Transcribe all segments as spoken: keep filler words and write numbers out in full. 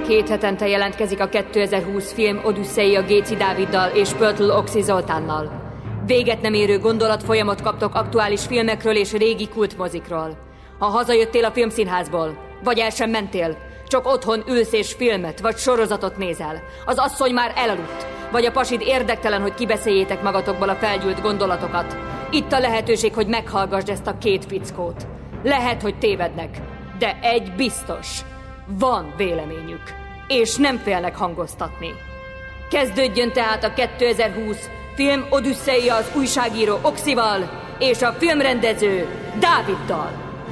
Két hetente jelentkezik a kétezer-húsz film Odüsszei Géci Dáviddal és Pörtl Oxy Zoltánnal. Véget nem érő gondolatfolyamot kaptok aktuális filmekről és régi kultmozikról. Ha hazajöttél a filmszínházból, vagy el sem mentél, csak otthon ülsz és filmet vagy sorozatot nézel, az asszony már elaludt, vagy a pasid érdektelen, hogy kibeszéljétek magatokból a felgyűlt gondolatokat, itt a lehetőség, hogy meghallgassd ezt a két fickót. Lehet, hogy tévednek, de egy biztos. Van véleményük, és nem félnek hangoztatni. Kezdődjön tehát a kétezer-húsz film Odüsszeia az újságíró Oxival és a filmrendező Dáviddal.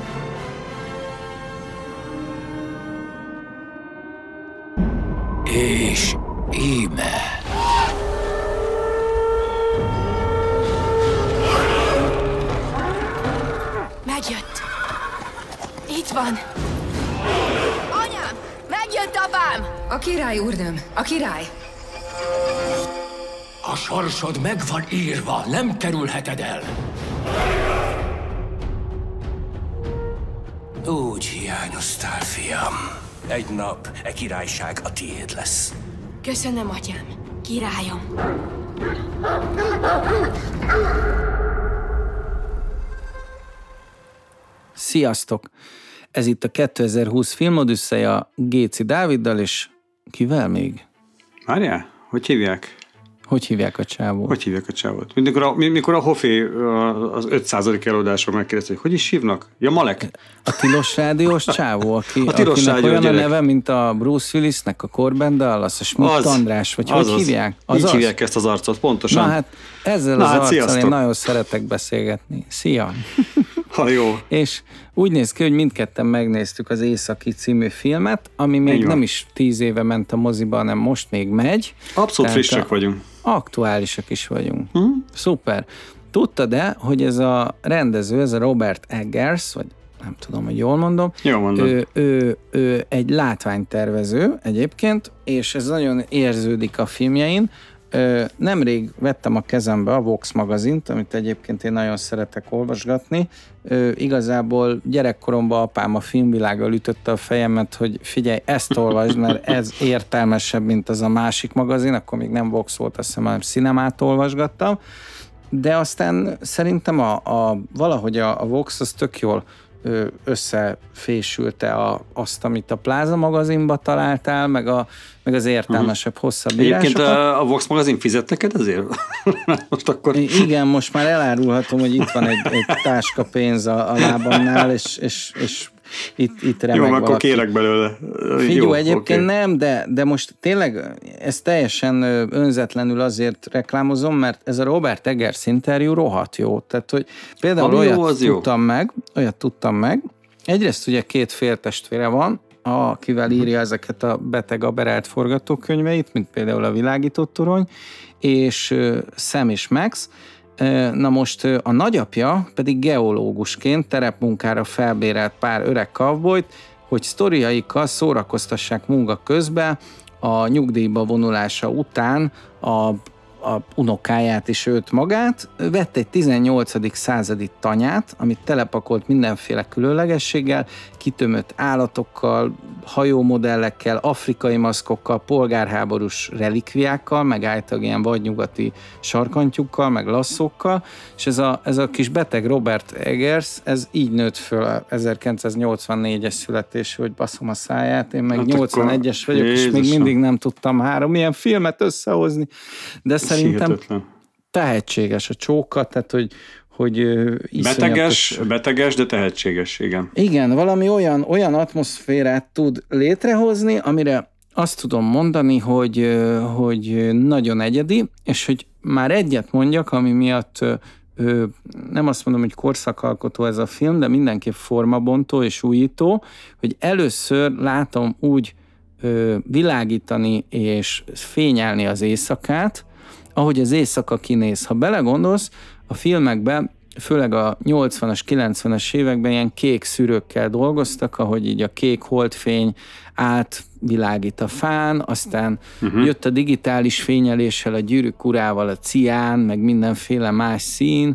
És íme. Megjött. Itt van. Anyám! Megjött apám! A király, úrnőm, a király. A sorsod meg van írva, nem kerülheted el. Úgy hiányoztál, fiam. Egy nap e királyság a tiéd lesz. Köszönöm, atyám. Királyom. Sziasztok! Ez itt a kétezer-húsz film Odüsszeia Géci Dáviddal, és kivel még? Várjál? Hogy hívják? Hogy hívják a csávót? Hogy hívják a csávót? Mikor a, mikor a Hofé az ötszázadik előadásról megkérdezte, hogy hogy is hívnak? Ja, Malek. A Tilos Rádiós csávó, aki, a Tilos akinek Rádió olyan gyerek. a neve, mint a Bruce Willisnek, a Corbin Dallas, a Schmidt az, András, vagy az, hogy az. hívják? Az Így az? hívják ezt az arcot, pontosan. Na hát ezzel Na, az hát arccal sziasztok. én nagyon szeretek beszélgetni. Szia! Ha jó. És úgy néz ki, hogy mindketten megnéztük az Északi című filmet, ami még nem is tíz éve ment a moziba, hanem most még megy. Abszolút frissek vagyunk. Aktuálisak is vagyunk. Uh-huh. Szuper. Tudtad-e, hogy ez a rendező, ez a Robert Eggers, vagy nem tudom, hogy jól mondom. Jól mondom. Ő, ő, ő egy látványtervező egyébként, és ez nagyon érződik a filmjein. Nemrég vettem a kezembe a Vox magazint, amit egyébként én nagyon szeretek olvasgatni. Igazából gyerekkoromban apám a filmvilággal ütötte a fejemet, hogy figyelj, ezt olvasd, mert ez értelmesebb, mint az a másik magazin, akkor még nem Vox volt, azt hiszem, hanem Cinemát olvasgattam. De aztán szerintem a, a, valahogy a, a Vox az tök jól összefésülte a, azt, amit a Pláza magazinba találtál, meg, a, meg az értelmesebb, hosszabb írásokat. Egyébként a, a Vox magazin fizet neked ezért? Most akkor... Igen, most már elárulhatom, hogy itt van egy, egy táska pénz a, a lábamnál, és, és, és itt, itt remeg Jó, valaki. akkor kérek belőle. Figyelj, Jó, egyébként okay. nem, de, de most tényleg ezt teljesen önzetlenül azért reklámozom, mert ez a Robert Eggers interjú rohadt jó. Tehát, hogy például Ami olyat jó, tudtam jó. meg, olyat tudtam meg, egyrészt ugye két féltestvére van, akivel írja ezeket a beteg aberált forgatókönyveit, mint például a Világított torony, és Sam és Max. Na most a nagyapja pedig geológusként terepmunkára felbérelt pár öreg cowboyt, hogy sztoriaikkal szórakoztassák munka közben, a nyugdíjba vonulása után a a unokáját és őt magát, vett egy tizennyolcadik századi tanyát, amit telepakolt mindenféle különlegességgel, kitömött állatokkal, hajómodellekkel, afrikai maszkokkal, polgárháborús relikviákkal, meg általában ilyen vadnyugati sarkantyúkkal, meg lasszókkal, és ez a, ez a kis beteg Robert Eggers, ez így nőtt föl a ezerkilencszáznyolcvannégyes születésű, hogy baszom a száját, én meg hát nyolcvanegyes vagyok, Jézusom. És még mindig nem tudtam három ilyen filmet összehozni, de szerintem hihetetlen. Tehetséges a csóka, tehát hogy, hogy iszonyatos... Beteges, beteges, de tehetséges, igen. Igen, valami olyan, olyan atmoszférát tud létrehozni, amire azt tudom mondani, hogy, hogy nagyon egyedi, és hogy már egyet mondjak, ami miatt nem azt mondom, hogy korszakalkotó ez a film, de mindenképp formabontó és újító, hogy először látom úgy világítani és fényelni az éjszakát, ahogy az éjszaka kinéz. Ha belegondolsz, a filmekben, főleg a nyolcvanas, kilencvenes években ilyen kék szűrőkkel dolgoztak, ahogy így a kék holdfény átvilágít a fán, aztán uh-huh. jött a digitális fényeléssel, a gyűrűk urával, a cián, meg mindenféle más szín.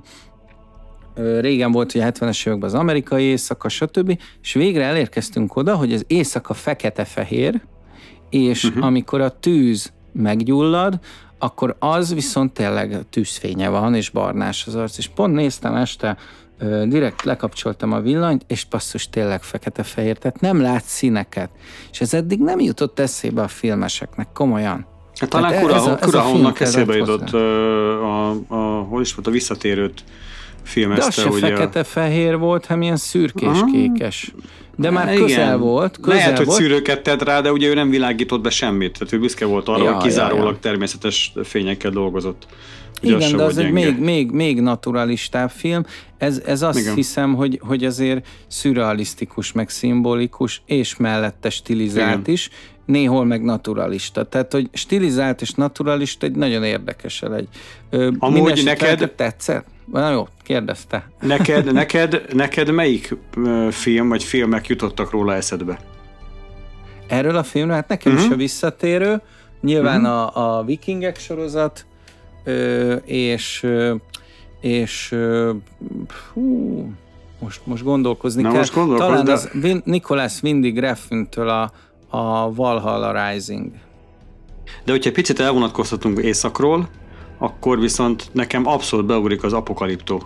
Régen volt, hogy a hetvenes években az amerikai éjszaka, stb. És végre elérkeztünk oda, hogy az éjszaka fekete-fehér, és uh-huh. amikor a tűz meggyullad, akkor az viszont tényleg tűzfénye van, és barnás az arc. És pont néztem este, direkt lekapcsoltam a villanyt, és basszus, tényleg fekete-fehér, tehát nem látsz színeket. És ez eddig nem jutott eszébe a filmeseknek, komolyan. Hát talán Kurahonnak eszébe jutott a, a, a, hol is volt, a visszatérőt filmezte. De az se ugye fekete-fehér volt, hanem ilyen szürkés-kékes. De már igen, közel volt. Közel lehet, volt. hogy szűrőket tett rá, de ugye ő nem világított be semmit. Tehát ő büszke volt arra, ja, hogy kizárólag ja, ja. természetes fényekkel dolgozott. Ugye igen, de az egy még, még, még naturalistább film. Ez, ez azt igen. hiszem, hogy, hogy azért szürrealisztikus, meg szimbolikus, és mellette stilizált igen. is, néhol meg naturalista. Tehát, hogy stilizált és naturalista egy nagyon érdekes egy. Amúgy neked... tetszett? Na jó, kérdezte. Neked, neked, neked melyik film, vagy filmek jutottak róla eszedbe? Erről a filmről? Hát nekem uh-huh. is a Visszatérő. Nyilván uh-huh. a, a Vikingek sorozat, és, és hú, most, most gondolkozni Na, kell. Most gondolkoz, Talán de... az Vin, Nicholas Winding Refn-től a, a Valhalla Rising. De hogyha picit elvonatkoztatunk északról, akkor viszont nekem abszolút beugrik az Apokaliptó.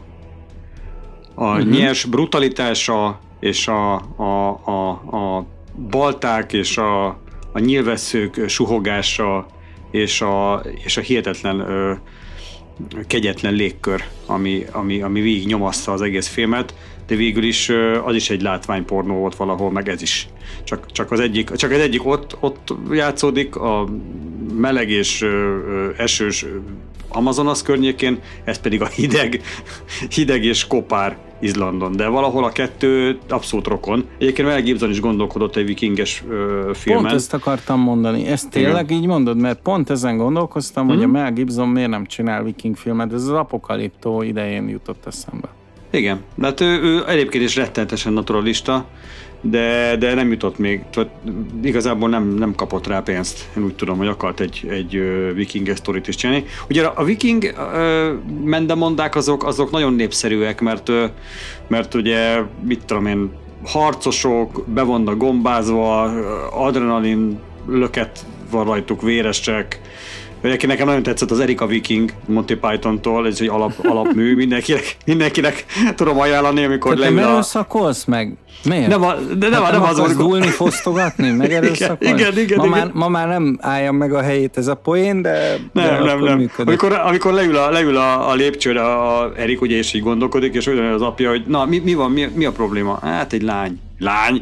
A uh-huh. nyers brutalitása, és a, a, a, a balták, és a, a nyílvesszők suhogása, és a, és a hihetetlen ö, kegyetlen légkör, ami, ami, ami végig nyomaszta az egész filmet, de végül is ö, az is egy látványpornó volt valahol, meg ez is. Csak, csak az egyik, csak az egyik ott, ott játszódik, a meleg és ö, ö, esős Amazonas környékén, ez pedig a hideg, hideg és kopár Izlandon, de valahol a kettő abszolút rokon. Egyébként Mel Gibson is gondolkodott egy vikinges ö, filmen. Pont ezt akartam mondani. Ezt tényleg igen. így mondod, mert pont ezen gondolkoztam, mm-hmm. hogy a Mel Gibson miért nem csinál viking filmet, ez az Apokaliptó idején jutott eszembe. Igen, de hát ő, ő egyébként is rettenetesen naturalista, de, de nem jutott még, tehát igazából nem, nem kapott rá pénzt. Én úgy tudom, hogy akart egy, egy uh, viking sztorit is csinálni. Ugye a viking uh, mendemondák azok, azok nagyon népszerűek, mert, uh, mert ugye, mit tudom én, harcosok, be vannak gombázva, adrenalin löket van rajtuk, véresek. Egyébként nekem nagyon tetszett az Erika Viking Monty Pythontól, ez egy alap, alapmű, mindenkinek, mindenkinek tudom ajánlani, amikor leül a... Te nem erőszakolsz meg? Miért? Nem, a, de nem, hát nem, nem az, amikor... dúlni, fosztogatni, meg erőszakolni? Igen, igen, ma, igen. Már, ma már nem állja meg a helyét ez a poén, de, nem, de nem, nem. Amikor, amikor leül, a, leül a, a lépcsőre a Erik, ugye, és így gondolkodik, és olyan az apja, hogy na, mi, mi van, mi, mi a probléma? Hát egy lány. Lány?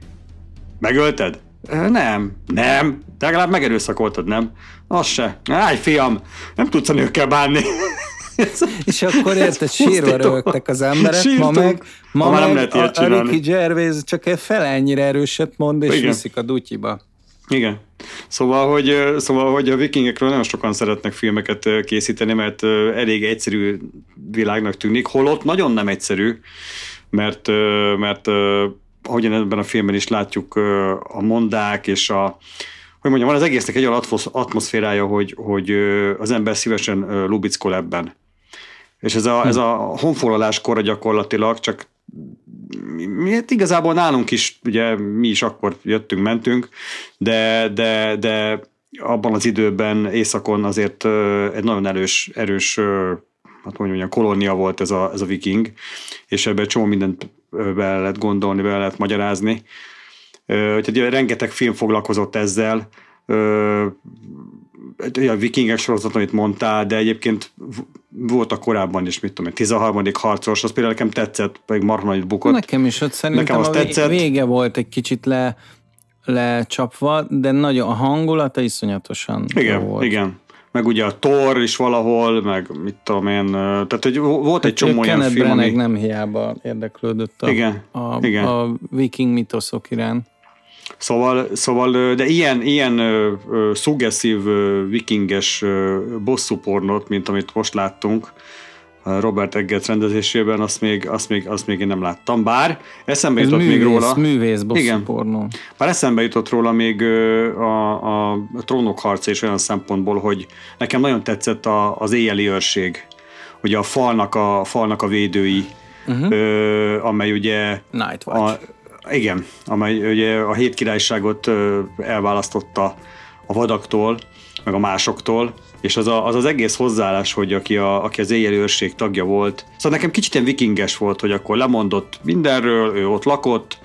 Megölted? Nem. Nem. De legalább megerőszakoltad, nem? Az se. Áj, fiam, nem tudsz a nőkkel bánni. És akkor érted, sírva röhögtek az emberek, Sírtunk. ma meg, ma ma meg a, a Ricky Gervais csak egy fele ennyire erőset mond, és igen. viszik a dutyiba. Igen. Szóval hogy, szóval, hogy a vikingekről nagyon sokan szeretnek filmeket készíteni, mert elég egyszerű világnak tűnik, holott nagyon nem egyszerű, mert, mert ahogyan ebben a filmben is látjuk, a mondák és a hogy mondjam, van az egésznek egy olyan atmoszférája, hogy, hogy az ember szívesen lubickol ebben. És ez a, hm. ez a honfoglaláskor gyakorlatilag csak hát igazából nálunk is, ugye mi is akkor jöttünk, mentünk, de, de, de abban az időben északon azért egy nagyon erős, erős hát mondjam, kolónia volt ez a, ez a viking, és ebben csomó mindent be lehet gondolni, be lehet magyarázni. Úgyhogy rengeteg film foglalkozott ezzel, a vikingek sorozat, amit mondtál, de egyébként voltak korábban is, mit tudom én, tizenharmadik harcos, az például nekem tetszett, pedig marha nagyot bukott. Nekem is ott szerintem a tetszett. Vége volt egy kicsit le, lecsapva, de nagyon a hangulata iszonyatosan igen, volt. Igen, meg ugye a Thor is valahol, meg mit tudom én, tehát hogy volt egy hát csomó olyan film, ami... nem hiába érdeklődött a, igen, a, igen. a viking mitoszok iránt. Szóval, szóval, de ilyen, ilyen uh, uh, szuggesszív uh, vikinges uh, bosszúpornót, mint amit most láttunk uh, Robert Eggers rendezésében, azt még, azt, még, azt még én nem láttam. Bár eszembe Ez jutott művész, még róla... művész bosszúpornó. Bár eszembe jutott róla még uh, a, a, a Trónok harca is olyan szempontból, hogy nekem nagyon tetszett a, az éjjeli őrség. Ugye a falnak a, falnak a védői, uh-huh. uh, amely ugye... Night Watch. A, Igen, amely ugye a hét királyságot elválasztotta a vadaktól, meg a másoktól, és az, a, az az egész hozzáállás, hogy aki, a, aki az éjjeli őrség tagja volt, szóval nekem kicsit ilyen vikinges volt, hogy akkor lemondott mindenről, ő ott lakott,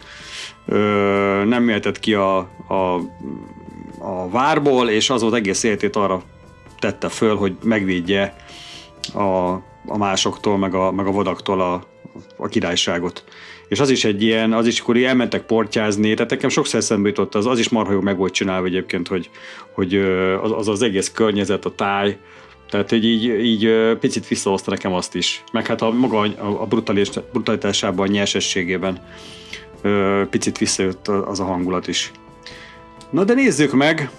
nem mehetett ki a, a, a várból, és az volt egész életét arra tette föl, hogy megvédje a, a másoktól, meg a, meg a vadaktól a, a királyságot. És az is egy ilyen, az is, akkor elmentek portyázni, tehát nekem sokszor eszembe jutott, az, az is marha jó meg volt csinálva egyébként, hogy, hogy az, az az egész környezet, a táj, tehát így, így, így picit visszahozta nekem azt is. Meg hát a maga a brutalitásában, a nyersességében picit visszajött az a hangulat is. Na de nézzük meg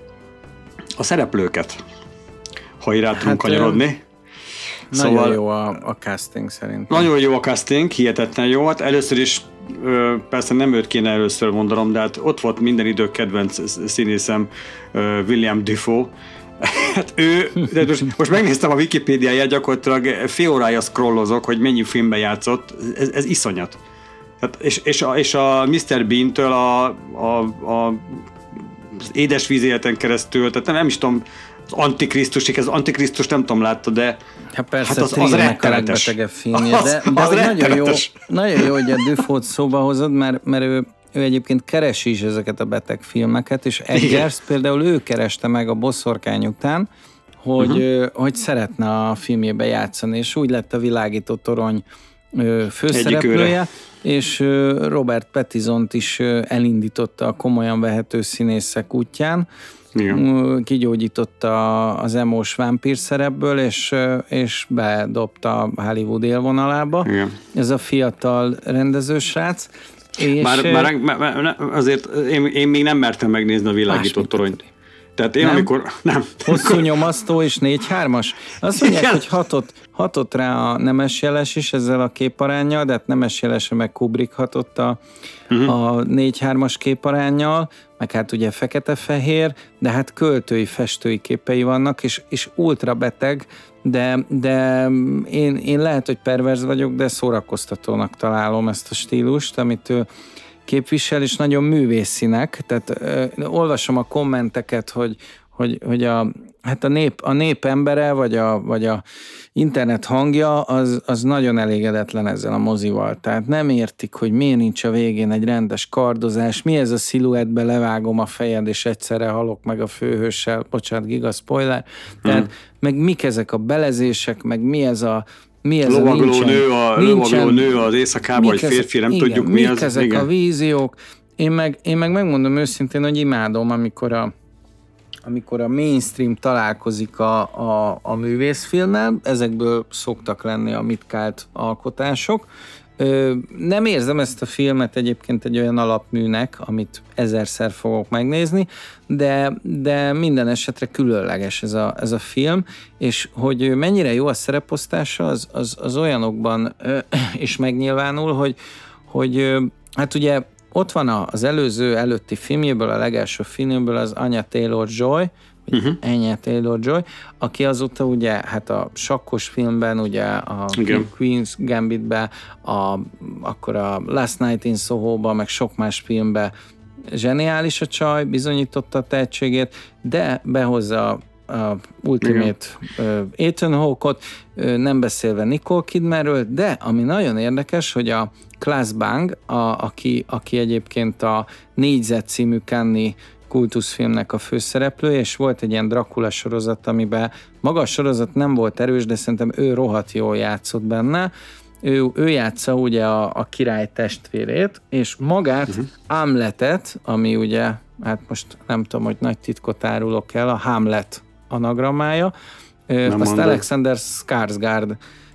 a szereplőket, ha így rá tudunk hát, kanyarodni. Nagyon szóval, jó a, a casting szerintem. Nagyon jó a casting, hihetetlen jó. Hát először is, persze nem őt kéne először mondanom, de hát ott volt minden idők kedvenc színészem, William Dafoe. Hát ő, de most, most megnéztem a Wikipédiáját, gyakorlatilag fél órája scrollozok, hogy mennyi filmben játszott, ez, ez iszonyat. Hát és, és, a, és a miszter Bean-től a, a, a, az édesvíz életen keresztül, tehát nem, nem is tudom, az Antikrisztusig, az Antikrisztus nem tudom, látta, de hát persze, hát az, az rettenetes. A filmje, az, de, de az nagyon, jó, nagyon jó, hogy a Dafoe-t szóba hozod, mert, mert ő, ő egyébként keresi is ezeket a beteg filmeket, és Eggers például ő kereste meg a Boszorkány után, hogy, uh-huh. hogy szeretne a filmjébe játszani, és úgy lett a Világító torony főszereplője, és Robert Pattinsont is elindította a komolyan vehető színészek útján. Igen. Kigyógyította az emós vámpír szerepből, és, és bedobta Hollywood élvonalába. Igen. Ez a fiatal rendezősrác. És már, már, már azért én, én még nem mertem megnézni a Világító toronyt. Tehát én nem? amikor... Nem. Hosszú nyomasztó és négy hármas? Azt mondják, igen, hogy hatott, hatott rá a Nemes Jeles is ezzel a képaránnyal, de hát Nemes Jelesre meg Kubrick hatott a, uh-huh. a négy hármas képaránnyal, meg hát ugye fekete-fehér, de hát költői, festői képei vannak, és, és ultra beteg, de, de én, én lehet, hogy perverz vagyok, de szórakoztatónak találom ezt a stílust, amit ő képvisel, és nagyon művészinek, tehát ö, olvasom a kommenteket, hogy, hogy, hogy a, hát a, nép, a nép embere, vagy a, vagy a internet hangja, az, az nagyon elégedetlen ezzel a mozival. Tehát nem értik, hogy miért nincs a végén egy rendes kardozás, mi ez a sziluettbe levágom a fejed, és egyszerre halok meg a főhőssel, bocsánat, giga spoiler, tehát hmm. meg mik ezek a belezések, meg mi ez a Mi ez lovagló a nincsen, nő, a, nincsen, lovagló nő az éjszakában, vagy férfi, nem igen, tudjuk mi mik az. ezek igen. a víziók. Én meg, én meg megmondom őszintén, hogy imádom, amikor a, amikor a mainstream találkozik a, a, a művészfilmmel, ezekből szoktak lenni a mitkált alkotások. Ö, nem érzem ezt a filmet egyébként egy olyan alapműnek, amit ezerszer fogok megnézni, de, de minden esetre különleges ez a, ez a film, és hogy mennyire jó a szereposztása, az, az, az olyanokban ö, is megnyilvánul, hogy, hogy ö, hát ugye ott van az előző előtti filmjéből, a legelső filmből az Anya Taylor-Joy, uh-huh. Anya Taylor-Joy, aki azóta ugye hát a sakkos filmben, ugye a igen. Queen's Gambitben, a, akkor a Last Night in Soho-ban, meg sok más filmben zseniális a csaj, bizonyította a tehetségét, de behozza a Ultimate uh, Ethan Hawke-ot, uh, nem beszélve Nicole Kidmanről, de ami nagyon érdekes, hogy a Claes Bang, a, aki, aki egyébként a Négyzet című Cannes-i kultuszfilmnek a főszereplője, és volt egy ilyen Dracula sorozat, amiben maga a sorozat nem volt erős, de szerintem ő rohadt jól játszott benne. Ő, ő játsza ugye a, a király testvérét, és magát, uh-huh. Hamletet, ami ugye, hát most nem tudom, hogy nagy titkot árulok el, a Hamlet anagrammája, nem azt mondod. Alexander Skarsgård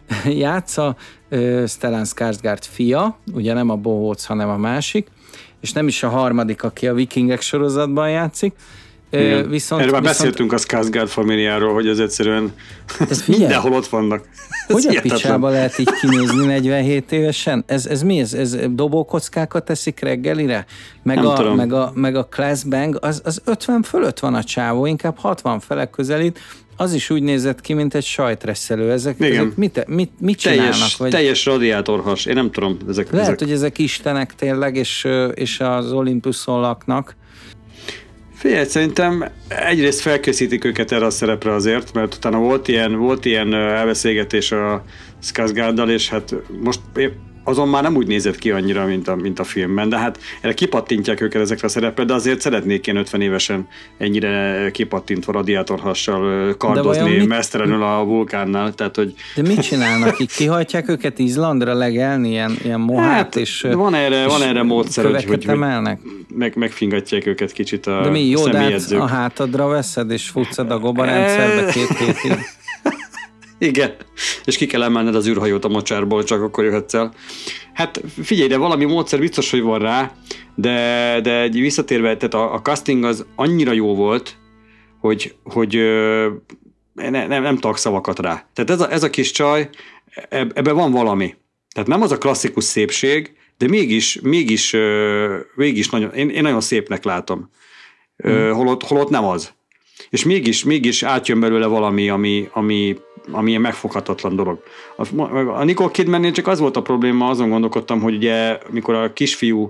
játsza, Stellan Skarsgård fia, ugye nem a Bohóc, hanem a másik, és nem is a harmadik, aki a Vikingek sorozatban játszik, Igen. Viszont, Erről már viszont... beszéltünk a Skarsgård familiáról, hogy ez egyszerűen ez mindenhol ott vannak. Hogy a picsába lehet így kinézni negyvenhét évesen? Ez, ez mi? Ez, ez dobókockákat teszik reggelire? Meg Nem a, tudom. meg a, meg a Class Bang, az, az ötven fölött van a csávó, inkább hatvan felett közelít. Az is úgy nézett ki, mint egy sajtreszelő. Ezek, ezek mit, mit, mit csinálnak? Teljes, vagy? teljes radiátorhas. Én nem tudom. Ezek, Lehet, ezek... hogy ezek istenek tényleg, és, és az Olympuson laknak. Figyelj, szerintem egyrészt felkészítik őket erre a szerepre azért, mert utána volt ilyen, volt ilyen elbeszélgetés a Skarsgårddal, és hát most azon már nem úgy nézett ki annyira, mint a, mint a filmben, de hát erre kipattintják őket ezekre a szerepre, de azért szeretnék én ötven évesen ennyire kipattintva radiátorhassal kardozni mesztelenül a vulkánnál, tehát hogy... De mit csinálnak így? Kihajtják őket Izlandra legelni, ilyen, ilyen mohát, hát, és van erre, és van erre módszer, hogy, hogy emelnek? Meg, megfingatják őket kicsit a De mi Jódát személyedzők. a hátadra veszed, és futszad a gobarendszerbe két hétig? Igen, és ki kell emelned az űrhajót a mocsárból, csak akkor jöhetsz el. Hát figyelj, de valami módszer biztos, hogy van rá, de, de egy visszatérve, tehát a, a casting az annyira jó volt, hogy, hogy ne, nem, nem tudok szavakat rá. Tehát ez a, ez a kis csaj, ebben van valami. Tehát nem az a klasszikus szépség, de mégis, mégis, mégis nagyon, én, én nagyon szépnek látom. Hmm. Holott, holott nem az. És mégis, mégis átjön belőle valami, ami, ami, ami ilyen megfoghatatlan dolog. A, a Nicole Kidmannél csak az volt a probléma, azon gondolkodtam, hogy ugye, mikor a kisfiú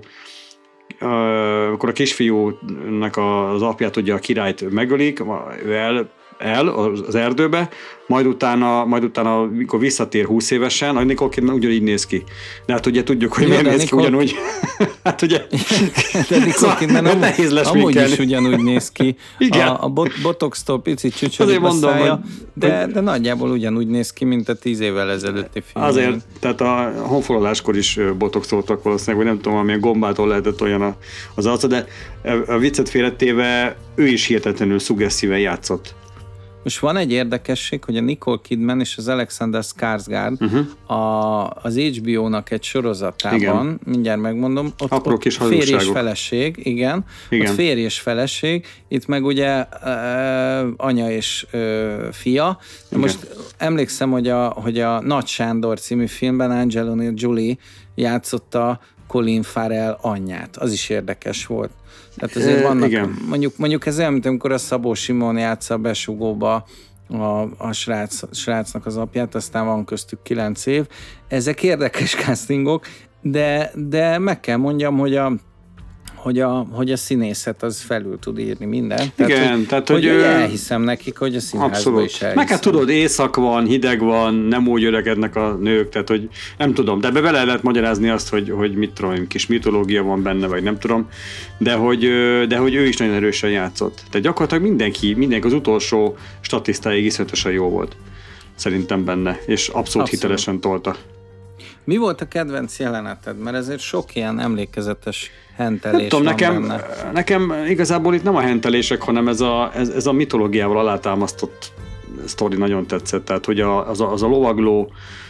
amikor a kisfiúnak az apját, ugye a királyt megölik, ő el, el az erdőbe, majd utána, majd utána, mikor visszatér húsz évesen, a Nicole Kidman ugyanígy néz ki. De hát ugye tudjuk, hogy miért néz Nicole... ki ugyanúgy. Hát ugye... De Nicole Kidman am... nehéz lesz amúgy minkelni. is ugyanúgy néz ki. Igen. A, a bot- botox-tól picit csücsödik a szája, hogy... de, de nagyjából ugyanúgy néz ki, mint a tíz évvel ezelőtti film. Azért, tehát a honfoglaláskor is botoxoltak valószínűleg, vagy nem tudom, amilyen gombától lehetett olyan az arca, de a viccet félretéve ő is hihetetlenül szuggesztíven játszott. Most van egy érdekesség, hogy a Nicole Kidman és az Alexander Skarsgård uh-huh. a, az há bé ó-nak egy sorozatában, igen. mindjárt megmondom, ott, Apró kis ott férj és feleség, igen, igen. Ott férj és feleség, itt meg ugye uh, anya és uh, fia. Most emlékszem, hogy a, hogy a Nagy Sándor című filmben Angelina Jolie játszotta Colin Farrell anyját. Az is érdekes volt. Tehát azért vannak, igen. mondjuk, mondjuk ez olyan, mint amikor a Szabó Simon játsza a Besugóba a, a srác, srácnak az apját, aztán van köztük kilenc év. Ezek érdekes castingok, de, de meg kell mondjam, hogy a Hogy a, hogy a színészet az felül tud írni mindent. Tehát, igen, hogy, tehát hogy, hogy, hogy elhiszem nekik, hogy a színházban is elhiszem. Meg hát tudod, éjszak van, hideg van, nem úgy öregednek a nők, tehát hogy nem tudom, de ebbe bele lehet magyarázni azt, hogy, hogy mit tudom, kis mitológia van benne, vagy nem tudom, de hogy, de hogy ő is nagyon erősen játszott. Tehát gyakorlatilag mindenki, mindenki az utolsó statisztáig iszonyatosan jó volt. Szerintem benne, és abszolút, abszolút. hitelesen tolta. Mi volt a kedvenc jeleneted? Mert ezért sok ilyen emlékezetes hentelés nem tudom, van nekem, benne. nekem igazából itt nem a hentelések, hanem ez a, ez, ez a mitológiával alátámasztott sztori nagyon tetszett. Tehát, hogy a, az, a, az a lovagló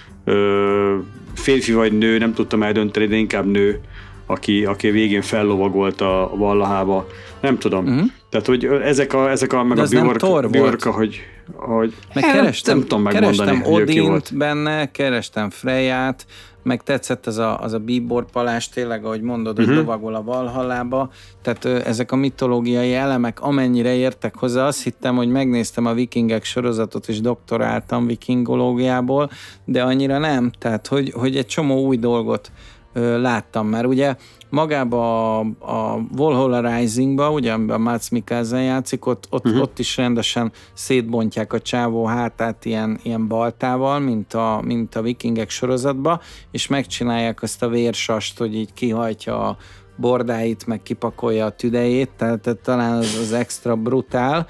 ö, férfi vagy nő, nem tudtam eldönteni, de inkább nő, aki, aki végén fellovagolt a Vallahába. Nem tudom. Uh-huh. Tehát, hogy ezek a, ezek a meg de a Björk, Björka, hogy, hogy meg kerestem, nem tudom megmondani, kerestem Odint benne, kerestem Freyját, meg tetszett ez a, az a bíbor palás, tényleg, ahogy mondod, uh-huh. hogy lovagol a Valhallába. Tehát ö, ezek a mitológiai elemek, amennyire értek hozzá, azt hittem, hogy megnéztem a Vikingek sorozatot, és doktoráltam vikingológiából, de annyira nem. Tehát, hogy, hogy egy csomó új dolgot ö, láttam már. Ugye magába a, a Valhalla Risingba, ugye a Mads Mikkelsen játszik, ott, ott, uh-huh. ott is rendesen szétbontják a csávó hátát ilyen, ilyen baltával, mint a, mint a Vikingek sorozatba, és megcsinálják azt a vérsast, hogy így kihajtja a bordáit, meg kipakolja a tüdejét, tehát, tehát talán az, az extra brutál,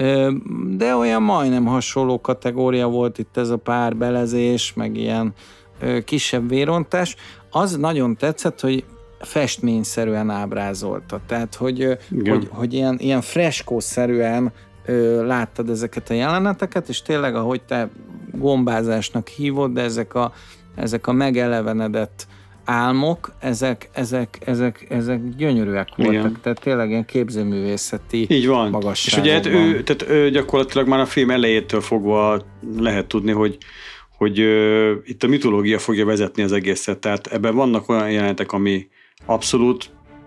de olyan majdnem hasonló kategória volt itt ez a párbelezés, meg ilyen kisebb vérontás. Az nagyon tetszett, hogy festményszerűen ábrázolta. Tehát, hogy, hogy, hogy ilyen, ilyen freskószerűen ö, láttad ezeket a jeleneteket, és tényleg, ahogy te gombázásnak hívod, de ezek a, ezek a megelevenedett álmok, ezek, ezek, ezek, ezek gyönyörűek voltak. Igen. Tehát tényleg ilyen képzőművészeti így van. magasságokban. És ugye ő, tehát ő gyakorlatilag már a film elejétől fogva lehet tudni, hogy hogy ö, itt a mitológia fogja vezetni az egészet. Tehát ebben vannak olyan jelenetek, ami abszolút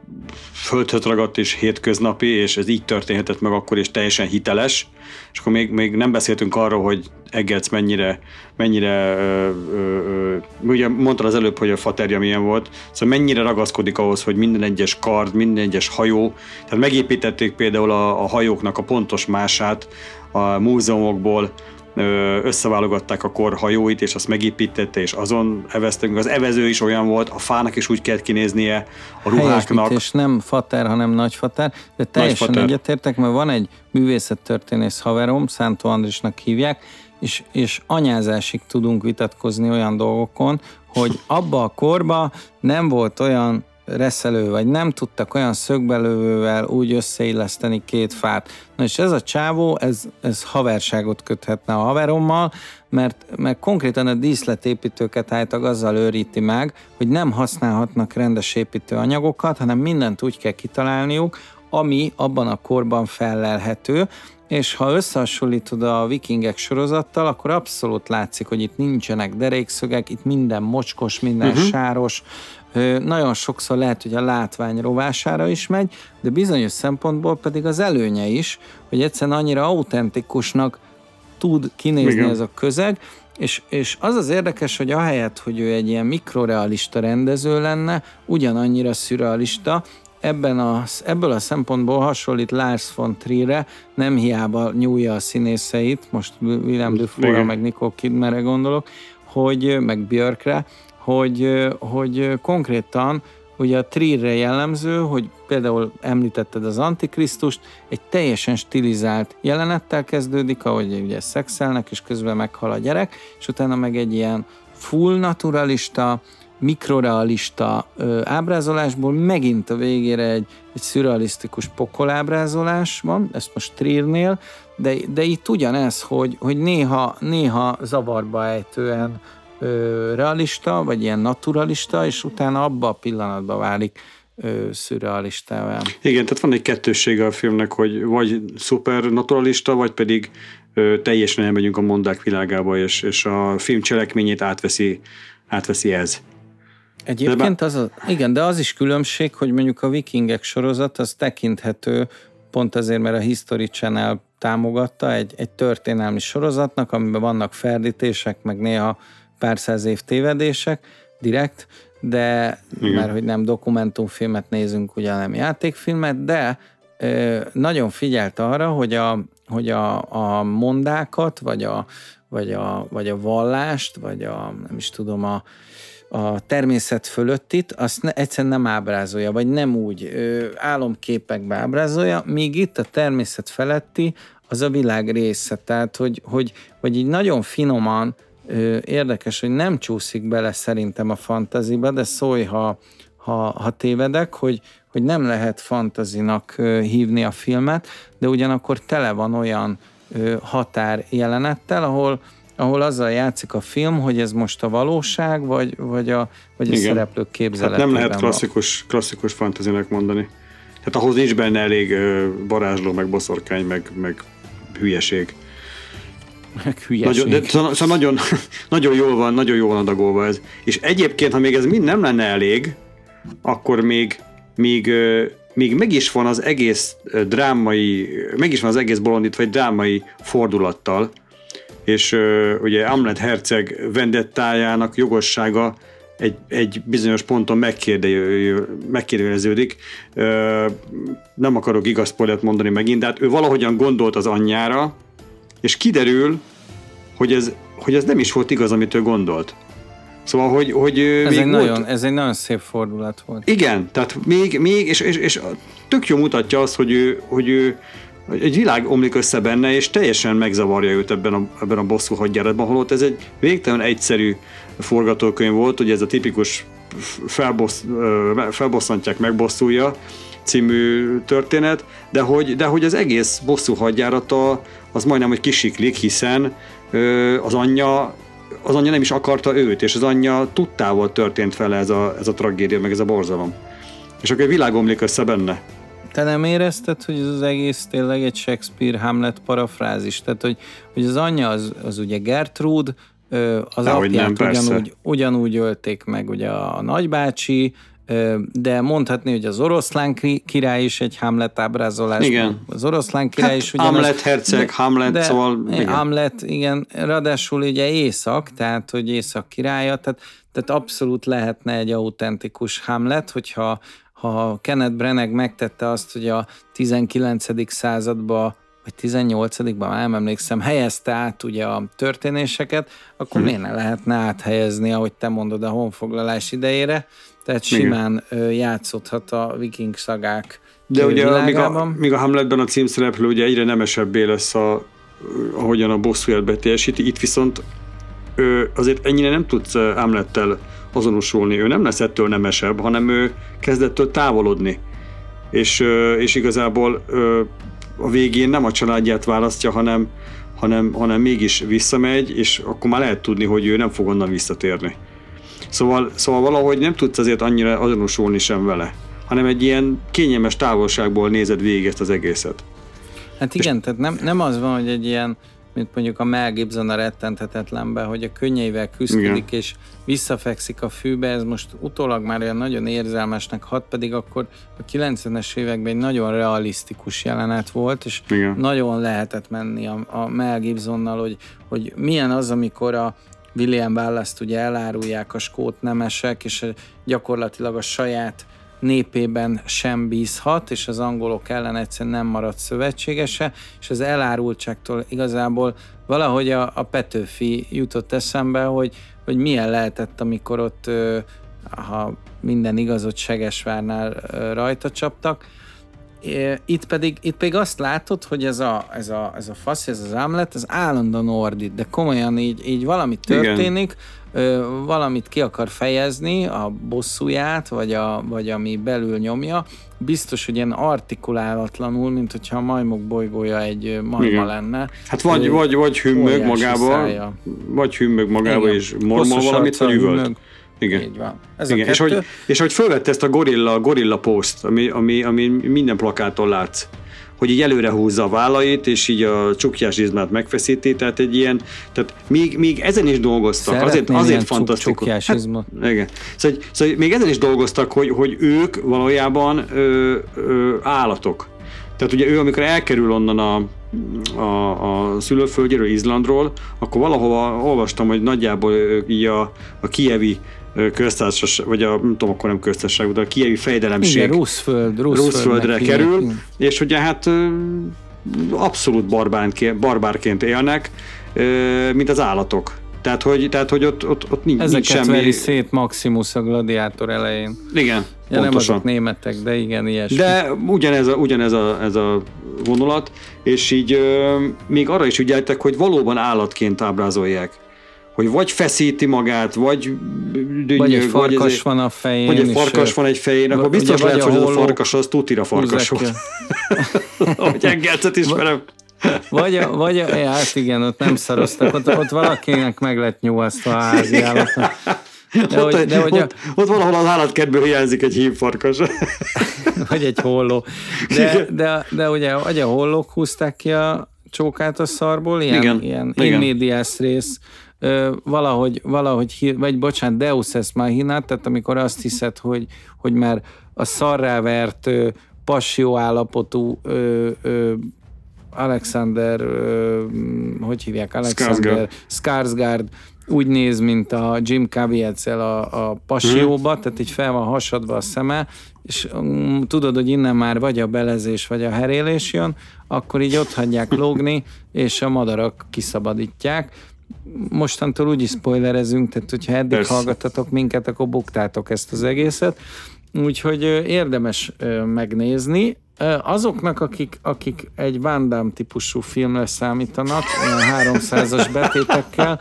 földhöz ragadt és hétköznapi, és ez így történhetett meg akkor, és teljesen hiteles. És akkor még, még nem beszéltünk arról, hogy Eggers mennyire, mennyire ö, ö, ö, ugye mondtad az előbb, hogy a faterja milyen volt, szóval mennyire ragaszkodik ahhoz, hogy minden egyes kard, minden egyes hajó, tehát megépítették például a, a hajóknak a pontos mását a múzeumokból, összeválogatták a kor hajóit, és azt megépítette, és azon eveztünk. Az evező is olyan volt, a fának is úgy kellett kinéznie, a ruháknak. És nem fater, hanem nagyfater, de teljesen nagyfater. Egyetértek, mert van egy művészettörténész haverom, Szántó Andrisnak hívják, és, és anyázásig tudunk vitatkozni olyan dolgokon, hogy abba a korba nem volt olyan reszelő, vagy nem tudtak olyan szögbelövővel úgy összeilleszteni két fát. Na és ez a csávó, ez, ez haverságot köthetne a haverommal, mert, mert konkrétan a díszletépítőket állítólag azzal őríti meg, hogy nem használhatnak rendes építőanyagokat, hanem mindent úgy kell kitalálniuk, ami abban a korban fellelhető, és ha összehasonlítod a Vikingek sorozattal, akkor abszolút látszik, hogy itt nincsenek derékszögek, itt minden mocskos, minden uh-huh. sáros, nagyon sokszor lehet, hogy a látvány rovására is megy, de bizonyos szempontból pedig az előnye is, hogy egyszerűen annyira autentikusnak tud kinézni igen. ez a közeg, és, és az az érdekes, hogy ahelyett, hogy ő egy ilyen mikrorealista rendező lenne, ugyanannyira szürrealista, ebben a, ebből a szempontból hasonlít Lars von Trierre, nem hiába nyúlja a színészeit, most Willem Dafoe-ra, meg Nicole Kidmanre gondolok, hogy, meg Björkre, hogy, hogy konkrétan ugye a Trierre jellemző, hogy például említetted az Antikrisztust, egy teljesen stilizált jelenettel kezdődik, ahogy ugye szexelnek, és közben meghal a gyerek, és utána meg egy ilyen full naturalista, mikrorealista ö, ábrázolásból megint a végére egy, egy szürrealisztikus pokolábrázolás van, ezt most Triernél, de, de itt ugyanez, hogy, hogy néha, néha zavarba ejtően ö, realista, vagy ilyen naturalista, és utána abba a pillanatban válik ö, szürrealistává. Igen, tehát van egy kettőssége a filmnek, hogy vagy szupernaturalista, vagy pedig ö, teljesen elmegyünk a mondák világába, és, és a film cselekményét átveszi, átveszi ez. Egyébként az a, igen, de az is különbség, hogy mondjuk a Vikingek sorozat az tekinthető, pont azért, mert a History Channel támogatta egy, egy történelmi sorozatnak, amiben vannak ferdítések, meg néha pár száz év tévedések direkt, de igen. Mert hogy nem dokumentumfilmet nézünk, ugye nem játékfilmet, de ö, nagyon figyelt arra, hogy a, hogy a, a mondákat, vagy a, vagy, a, vagy a vallást, vagy a, nem is tudom, a a természet fölöttit, azt ne, egyszerűen nem ábrázolja, vagy nem úgy ö, álomképekbe ábrázolja, míg itt a természet feletti az a világ része. Tehát, hogy, hogy, hogy így nagyon finoman ö, érdekes, hogy nem csúszik bele szerintem a fantaziba, de szólj, ha, ha, ha tévedek, hogy, hogy nem lehet fantazinak ö, hívni a filmet, de ugyanakkor tele van olyan ö, határ jelenettel, ahol ahol azzal játszik a film, hogy ez most a valóság, vagy, vagy a, vagy a szereplők képzeletében. Hát nem lehet klasszikus, klasszikus fantazinak mondani. Hát ahhoz nincs benne elég uh, varázsló, meg boszorkány, meg, meg hülyeség. Meg hülyeség. Nagyon, de, szóval, szóval nagyon, nagyon jól van, nagyon jól adagolva ez. És egyébként, ha még ez mind nem lenne elég, akkor még, még, uh, még meg is van az egész drámai, meg is van az egész bolondítva egy drámai fordulattal, és uh, ugye Hamlet herceg vendettájának jogossága egy, egy bizonyos ponton megkérdeződik. Uh, nem akarok igaz spoilert mondani megint, de hát ő valahogyan gondolt az anyjára, és kiderül, hogy ez, hogy ez nem is volt igaz, amit ő gondolt. Szóval, hogy... hogy ez, még egy volt... nagyon, ez egy nagyon szép fordulat volt. Igen, tehát még, még és, és, és tök jó mutatja azt, hogy ő, hogy ő egy világ omlik össze benne, és teljesen megzavarja őt ebben a, ebben a bosszú hadjáratban, holott ez egy végtelen egyszerű forgatókönyv volt, hogy ez a tipikus felbossz, felbosszantják, megbosszulja című történet, de hogy, de hogy az egész bosszú hadjárata az majdnem, hogy kisiklik, hiszen az anyja az anyja nem is akarta őt, és az anyja tudtával történt fel ez a, ez a tragédia, meg ez a borzalom. És akkor egy világ omlik össze benne. Te nem érezted, hogy ez az egész tényleg egy Shakespeare-Hamlet parafrázis? Tehát, hogy, hogy az anyja az, az ugye Gertrude, az de apját nem, ugyanúgy, ugyanúgy ölték meg ugye a nagybácsi, de mondhatni, hogy az oroszlán király is egy Hamlet ábrázolás. Igen. Az oroszlán király hát is ugyanaz. Hamlet herceg, de, Hamlet, de, szóval... Igen. Hamlet, igen. Ráadásul ugye észak, tehát, hogy észak királya, tehát, tehát abszolút lehetne egy autentikus Hamlet, hogyha ha Kenneth Branagh megtette azt, hogy a tizenkilencedik században vagy tizennyolcadikban már nem emlékszem, helyezte át ugye a történéseket, akkor hmm. miért ne lehetne áthelyezni, ahogy te mondod, a honfoglalás idejére, tehát simán igen. játszódhat a viking szagák de ugye míg a, míg a Hamletben a címszereplő ugye egyre nemesebbé lesz, a, ahogyan a bosszúját beteljesíti, itt viszont ő azért ennyire nem tudsz Hamlettel azonosulni, ő nem lesz ettől nemesebb, hanem ő kezdettől távolodni. És, és igazából a végén nem a családját választja, hanem, hanem, hanem mégis visszamegy, és akkor már lehet tudni, hogy ő nem fog onnan visszatérni. Szóval, szóval valahogy nem tudsz azért annyira azonosulni sem vele, hanem egy ilyen kényelmes távolságból nézed végig ezt az egészet. Hát igen, és tehát nem, nem az van, hogy egy ilyen, mint mondjuk a Mel Gibson a Rettenthetetlenben, hogy a könnyeivel küzdik, és visszafekszik a fűbe, ez most utólag már olyan nagyon érzelmesnek hat, pedig akkor a kilencvenes években egy nagyon realisztikus jelenet volt, és igen. nagyon lehetett menni a, a Mel Gibsonnal, hogy, hogy milyen az, amikor a William Wallace-t ugye elárulják a skót nemesek, és gyakorlatilag a saját népében sem bízhat, és az angolok ellen egyszerűen nem maradt szövetségese, és az elárultságtól igazából valahogy a, a Petőfi jutott eszembe, hogy, hogy milyen lehetett, amikor ott, ha minden igazot Segesvárnál rajta csaptak. Itt pedig, itt pedig azt látod, hogy ez a, ez a, ez a fasz, ez az Hamlet, ez állandóan ordít, de komolyan így, így valami történik, ö, valamit ki akar fejezni, a bosszúját, vagy, a, vagy ami belül nyomja, biztos, hogy ilyen artikulálatlanul, mint hogyha a majmok bolygója egy majma igen. lenne. Hát vagy, vagy, vagy hümmög magába, vagy hümmög magába, igen. és mormol valamit, vagy üvölt. Igen. Így van. Ez igen. És, hogy, és hogy fölvette ezt a gorilla, gorilla post, ami, ami, ami minden plakáton látsz, hogy így előre húzza a vállait, és így a csukjás izmát megfeszíti, tehát egy ilyen, tehát még, még ezen is dolgoztak, szeretném azért, azért fantasztikus. Hát, igen. Szóval, szóval még ezen is dolgoztak, hogy, hogy ők valójában ö, ö, állatok. Tehát ugye ő, amikor elkerül onnan a, a, a szülőföldjéről, Izlandról, akkor valahova olvastam, hogy nagyjából így a, a kijevi köztársaság, vagy a, nem tudom, akkor nem köztársaság, de a kijevi fejdelemség. Igen, Ruszföld, Ruszföldre kerül, igen. és ugye hát abszolút barbárként, barbárként élnek, mint az állatok. Tehát, hogy, tehát, hogy ott, ott, ott nincs, nincs semmi... Ezeket veri szét Maximus a gladiátor elején. Igen, ja, nem azok németek, de igen, ilyesmi. De ugyanez a, ugyanez a, ez a vonulat, és így euh, még arra is ügyeltek, hogy valóban állatként ábrázolják. Hogy vagy feszíti magát, vagy dünnyög, vagy egy farkas vagy van a fején. Vagy egy farkas van egy fején, akkor biztos lehet, hogy ez a farkas az tutira farkas volt. Ahogy Engelcet ismerem. Vagy, a, vagy a, ja, hát igen, ott nem szaroztak, ott, ott valakinek meg lett nyújtva a házi állatot. De ott, hogy, de, hogy ott, a... ott valahol az állatkertből hiányzik egy hímfarkas. Vagy egy holló. De, de, de ugye, vagy a hollók húzták ki a csókát a szarból, ilyen, igen, ilyen in medias res, valahogy, valahogy, vagy bocsánat, Deus ex machina, tehát amikor azt hiszed, hogy, hogy már a szarrá vert passió állapotú ö, ö, Alexander, ö, hogy hívják? Alexander Skarsgård úgy néz, mint a Jim Caviezel a, a Passióba, hmm. tehát így fel van hasadva a szeme, és um, tudod, hogy innen már vagy a belezés, vagy a herélés jön, akkor így ott hagyják lógni, és a madarak kiszabadítják. Mostantól úgy is spoilerezünk, tehát hogyha eddig Persze. hallgattatok minket, akkor buktátok ezt az egészet. Úgyhogy érdemes megnézni. Azoknak, akik, akik egy Van Damme típusú filmre számítanak, olyan háromszázas betétekkel,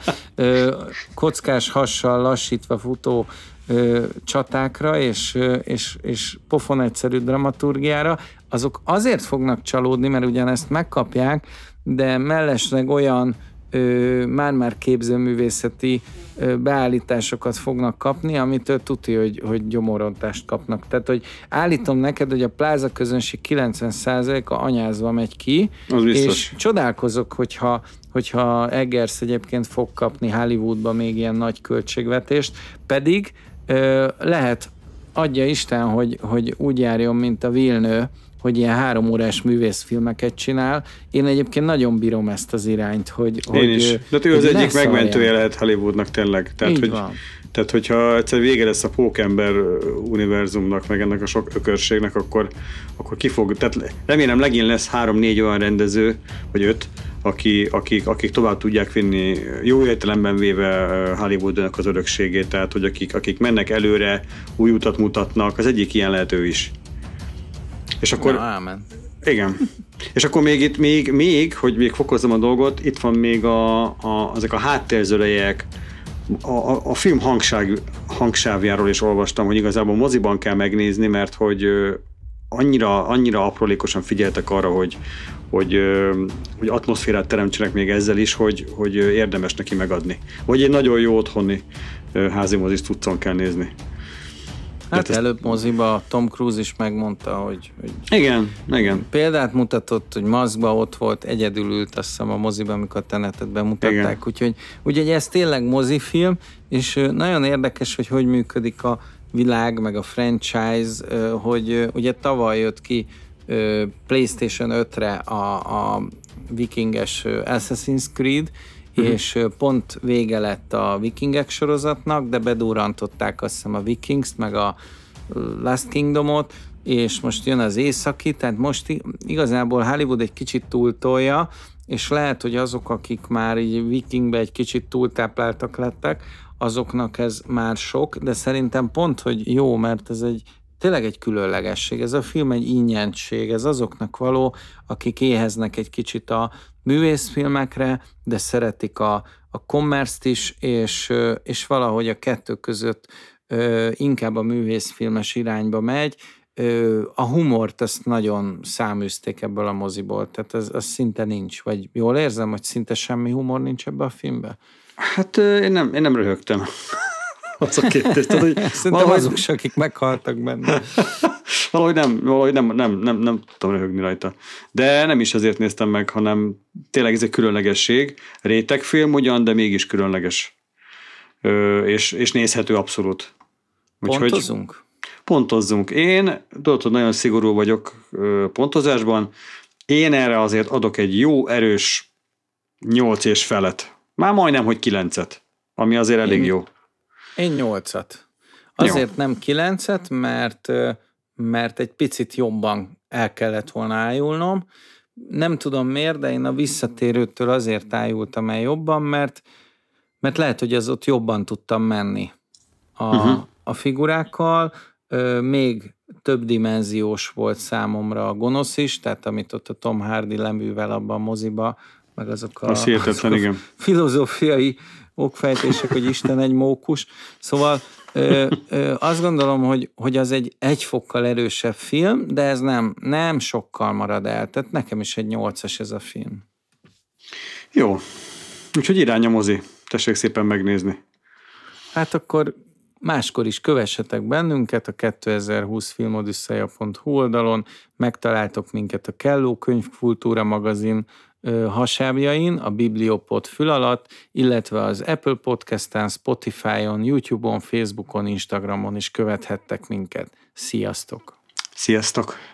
kockás hassal lassítva futó csatákra, és, és, és pofon egyszerű dramaturgiára, azok azért fognak csalódni, mert ugyanezt megkapják, de mellesleg olyan ö, már-már képzőművészeti ö, beállításokat fognak kapni, amitől tuti, hogy, hogy gyomorontást kapnak. Tehát, hogy állítom neked, hogy a pláza közönség kilencven százaléka anyázva megy ki, és csodálkozok, hogyha, hogyha Eggers egyébként fog kapni Hollywoodba még ilyen nagy költségvetést, pedig ö, lehet, adja Isten, hogy, hogy úgy járjon, mint a Villeneuve, hogy ilyen három órás művészfilmeket csinál. Én egyébként nagyon bírom ezt az irányt, hogy... Én hogy, is. De ő az egyik megmentője lehet Hollywoodnak tényleg. Tehát, hogy, tehát, hogyha egyszer vége lesz a Pókember univerzumnak, meg ennek a sok ökörségnek, akkor, akkor ki fog... Tehát remélem legint lesz három-négy olyan rendező, vagy öt, aki, akik, akik tovább tudják vinni jó értelemben véve Hollywoodnak az örökségét, tehát hogy akik, akik mennek előre, új utat mutatnak, az egyik ilyen lehet ő is. És akkor... Na, ámen. Igen. És akkor még itt, még, még, hogy még fokozzam a dolgot, itt van még a, a, ezek a háttérzölejek, a, a, a film hangság, hangsávjáról is olvastam, hogy igazából moziban kell megnézni, mert hogy annyira, annyira aprólékosan figyeltek arra, hogy, hogy, hogy atmoszférát teremtsenek még ezzel is, hogy, hogy érdemes neki megadni. Vagy egy nagyon jó otthoni házi mozis cuccon kell nézni. Hát ezt... előbb moziba Tom Cruise is megmondta, hogy, hogy... Igen, igen. Példát mutatott, hogy maszkba ott volt, egyedül ült, azt hiszem a moziban, amikor a Tenetet bemutatták. Úgyhogy, úgyhogy ez tényleg mozifilm, és nagyon érdekes, hogy hogy működik a világ, meg a franchise, hogy ugye tavaly jött ki PlayStation ötre a, a vikinges Assassin's Creed, uh-huh. és pont vége lett a Vikingek sorozatnak, de bedurrantották azt hiszem a Vikings, meg a Last Kingdomot, és most jön az északi, tehát most igazából Hollywood egy kicsit túltolja, és lehet, hogy azok, akik már így Vikingbe egy kicsit túltápláltak lettek, azoknak ez már sok, de szerintem pont, hogy jó, mert ez egy tényleg egy különlegesség. Ez a film egy ingyentség, ez azoknak való, akik éheznek egy kicsit a művészfilmekre, de szeretik a, a commerce-t is, és, és valahogy a kettő között ö, inkább a művészfilmes irányba megy. Ö, a humort ezt nagyon száműzték ebből a moziból, tehát ez, az szinte nincs. Vagy jól érzem, hogy szinte semmi humor nincs ebbe a filmbe? Hát én nem, én nem röhögtem. Az a kérdés. Tehát, hogy szerintem valahogy... azok se, akik meghaltak benne. valahogy nem, valahogy nem, nem, nem, nem tudtam röhögni rajta. De nem is azért néztem meg, hanem tényleg ez egy különlegesség. Rétegfilm ugyan, de mégis különleges. Ö, és, és nézhető abszolút. Úgyhogy pontozzunk? Pontozzunk. Én, tudod, hogy nagyon szigorú vagyok ö, pontozásban. Én erre azért adok egy jó, erős nyolc és felet. Már majdnem, hogy kilencet. Ami azért elég Én... jó. Én nyolcat. Azért Jó. nem kilencet, mert, mert egy picit jobban el kellett volna ájulnom. Nem tudom miért, de én a Visszatérőtől azért ájultam el jobban, mert, mert lehet, hogy az ott jobban tudtam menni a, uh-huh. a figurákkal. Még több dimenziós volt számomra a gonosz is, tehát amit ott a Tom Hardy leművel abban a moziba, meg azok a, az hihetetlen, azok a igen. filozófiai okfejtések, hogy Isten egy mókus. Szóval ö, ö, azt gondolom, hogy, hogy az egy egy fokkal erősebb film, de ez nem, nem sokkal marad el. Tehát nekem is egy nyolcas ez a film. Jó. Úgyhogy irány a mozi. Tessék szépen megnézni. Hát akkor máskor is kövessetek bennünket a kétezer-húsz filmodüsszeja pont hu oldalon, megtaláltok minket a Kelló Könyvkultúra magazin hasábjain, a Bibliopod fül alatt, illetve az Apple Podcast-en, Spotify-on, YouTube-on, Facebookon, Instagramon is követhettek minket. Sziasztok! Sziasztok!